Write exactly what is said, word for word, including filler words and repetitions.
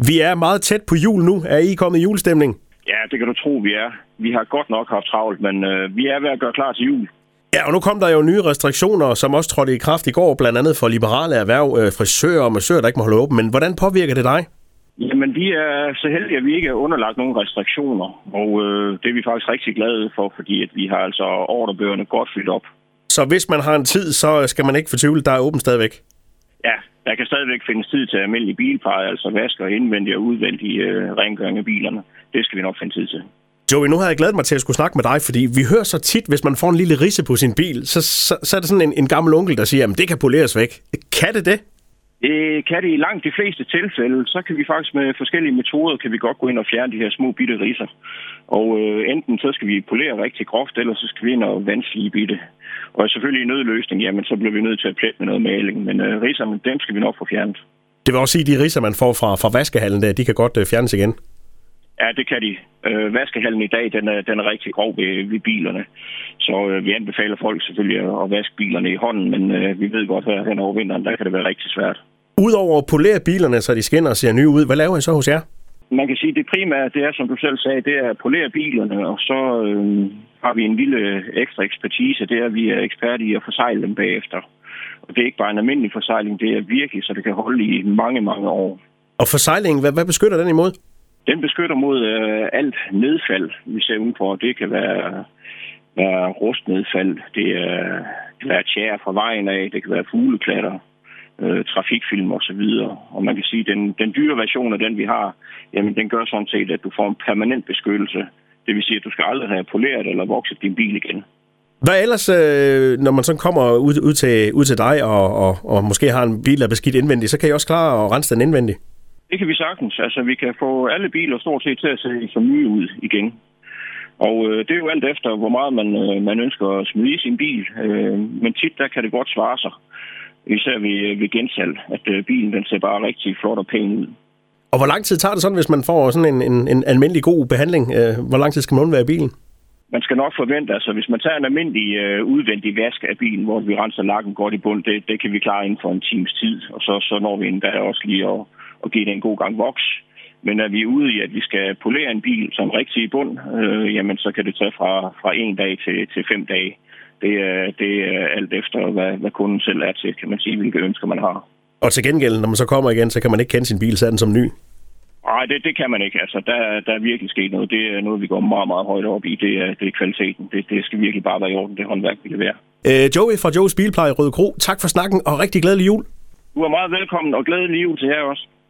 Vi er meget tæt på jul nu. Er I kommet i julestemning? Ja, det kan du tro, vi er. Vi har godt nok haft travlt, men øh, vi er ved at gøre klar til jul. Ja, og nu kom der jo nye restriktioner, som også trådte i kraft i går, blandt andet for liberale erhverv, øh, frisører og massører, der ikke må holde åben. Men hvordan påvirker det dig? Jamen, vi er så heldige, at vi ikke er underlagt nogen restriktioner, og øh, det er vi faktisk rigtig glade for, fordi at vi har altså ordrebøgerne godt fyldt op. Så hvis man har en tid, så skal man ikke fortvivle, der er åben stadigvæk? Ja, der kan stadigvæk findes tid til almindelig bilpleje, altså vask og indvendig og udvendig øh, rengøring af bilerne. Det skal vi nok finde tid til. Joey, nu har jeg glædet mig til at skulle snakke med dig, fordi vi hører så tit, hvis man får en lille ridse på sin bil, så, så, så er det sådan en, en gammel onkel, der siger, at det kan poleres væk. Kan det det? Det kan det i langt de fleste tilfælde. Så kan vi faktisk med forskellige metoder, kan vi godt gå ind og fjerne de her små bitte ridser. Og øh, enten så skal vi polere rigtig groft, eller så skal vi ind og vandslibe i det. Og selvfølgelig i nødløsning, jamen så bliver vi nødt til at plette med noget maling. Men øh, ridserne, dem skal vi nok få fjernet. Det vil også sige, at de ridser, man får fra, fra vaskehallen der, de kan godt øh, fjernes igen? Ja, det kan de. Øh, vaskehallen i dag, den er, den er rigtig grov ved, ved bilerne. Så øh, vi anbefaler folk selvfølgelig at, at vaske bilerne i hånden, men øh, vi ved godt, at hen over vinteren, der kan det være rigtig svært. Udover at polere bilerne, så de skinner og ser nye ud, hvad laver I så hos jer? Man kan sige, at det primære, det er, som du selv sagde, det er at polere bilerne, og så øh, har vi en lille ekstra ekspertise, det er, at vi er eksperter i at forsegle dem bagefter. Og det er ikke bare en almindelig forsejling, det er virkelig, så det kan holde i mange, mange år. Og forsejlingen, hvad, hvad beskytter den imod? Den beskytter mod øh, alt nedfald, vi ser udenfor. Det kan være, være rustnedfald, det er, kan være tjære fra vejen af, det kan være fugleklatter, øh, trafikfilm og så videre. Og man kan sige, at den, den dyre version af den, vi har, jamen, den gør sådan set, at du får en permanent beskyttelse. Det vil sige, at du skal aldrig have poleret eller vokset din bil igen. Hvad ellers, øh, når man så kommer ud, ud, til, ud til dig og, og, og måske har en bil, der er beskidt indvendigt, så kan I også klare at rense den indvendigt? Det kan vi sagtens. Altså, vi kan få alle biler stort set til at se så nye ud igen. Og øh, det er jo alt efter, hvor meget man, øh, man ønsker at smide i sin bil. Øh, men tit, der kan det godt svare sig. Især ved, ved gensalg, at øh, bilen den ser bare rigtig flot og pæn ud. Og hvor lang tid tager det sådan, hvis man får sådan en, en, en almindelig god behandling? Øh, hvor lang tid skal man undvære bilen? Man skal nok forvente, altså hvis man tager en almindelig øh, udvendig vask af bilen, hvor vi renser lakken godt i bund, det, det kan vi klare inden for en times tid. Og så, så når vi endda også lige at, at give det en god gang voks. Men er vi ude i, at vi skal polere en bil som rigtig i bund, øh, jamen så kan det tage fra, fra en dag til, til fem dage. Det er, det er alt efter, hvad, hvad kunden selv er til, kan man sige, hvilke ønsker man har. Og til gengæld, når man så kommer igen, så kan man ikke kende sin bil, så er den som ny? Nej, det, det kan man ikke. Altså, der, der er virkelig sket noget. Det er noget, vi går meget, meget højt op i. Det er, det er kvaliteten. Det, det skal virkelig bare være i orden, det håndværk, vi leverer. Øh, Joey fra Joes Bilpleje i Rødekro, tak for snakken, og rigtig glædelig jul. Du er meget velkommen, og glædelig jul til jer også.